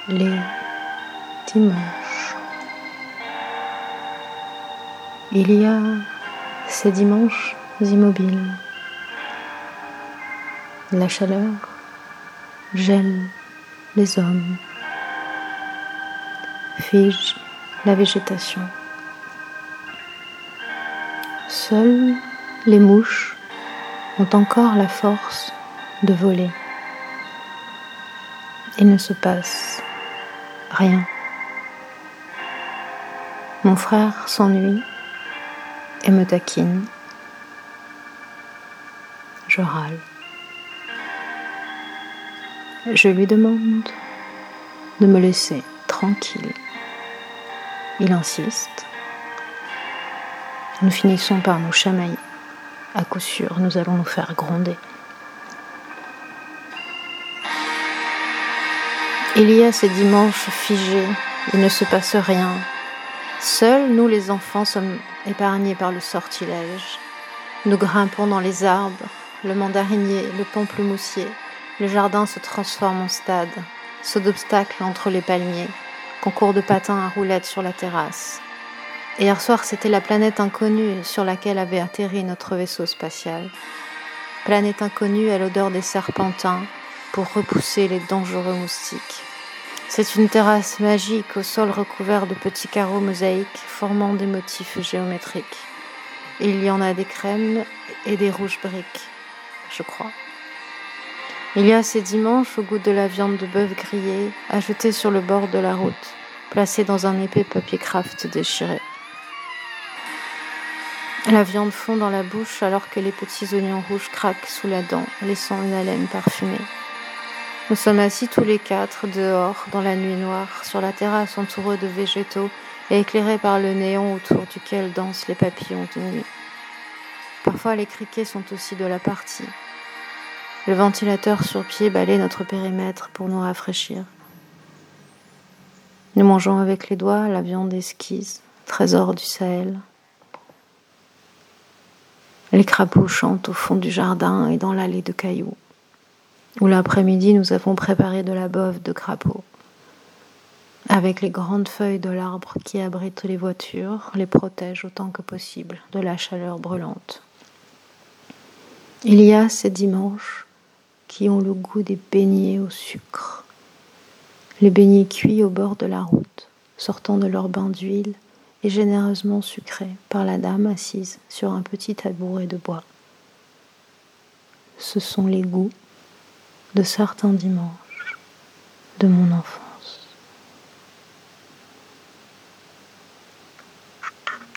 les dimanches. Il y a ces dimanches immobiles. La chaleur gèle les hommes, fige la végétation. Seules les mouches ont encore la force de voler. Il ne se passe rien. Mon frère s'ennuie et me taquine. Je râle. Je lui demande de me laisser tranquille. Il insiste. Nous finissons par nous chamailler. À coup sûr, nous allons nous faire gronder. Il y a ces dimanches figés, il ne se passe rien. Seuls, nous les enfants, sommes épargnés par le sortilège. Nous grimpons dans les arbres, le mandarinier, le pamplemoussier. Le jardin se transforme en stade, saut d'obstacles entre les palmiers, concours de patins à roulettes sur la terrasse. Et hier soir, c'était la planète inconnue sur laquelle avait atterri notre vaisseau spatial. Planète inconnue à l'odeur des serpentins pour repousser les dangereux moustiques. C'est une terrasse magique au sol recouvert de petits carreaux mosaïques formant des motifs géométriques. Et il y en a des crèmes et des rouges briques, je crois. Il y a ces dimanches au goût de la viande de bœuf grillée, ajoutée sur le bord de la route, placée dans un épais papier craft déchiré. La viande fond dans la bouche alors que les petits oignons rouges craquent sous la dent, laissant une haleine parfumée. Nous sommes assis tous les quatre, dehors, dans la nuit noire, sur la terrasse entourée de végétaux et éclairés par le néon autour duquel dansent les papillons de nuit. Parfois les criquets sont aussi de la partie. Le ventilateur sur pied balaie notre périmètre pour nous rafraîchir. Nous mangeons avec les doigts la viande esquisse, trésor du Sahel. Les crapauds chantent au fond du jardin et dans l'allée de cailloux, où l'après-midi nous avons préparé de la bove de crapaud. Avec les grandes feuilles de l'arbre qui abritent les voitures, les protègent autant que possible de la chaleur brûlante. Il y a ces dimanches qui ont le goût des beignets au sucre. Les beignets cuits au bord de la route, sortant de leur bain d'huile et généreusement sucrés par la dame assise sur un petit tabouret de bois. Ce sont les goûts de certains dimanches de mon enfance.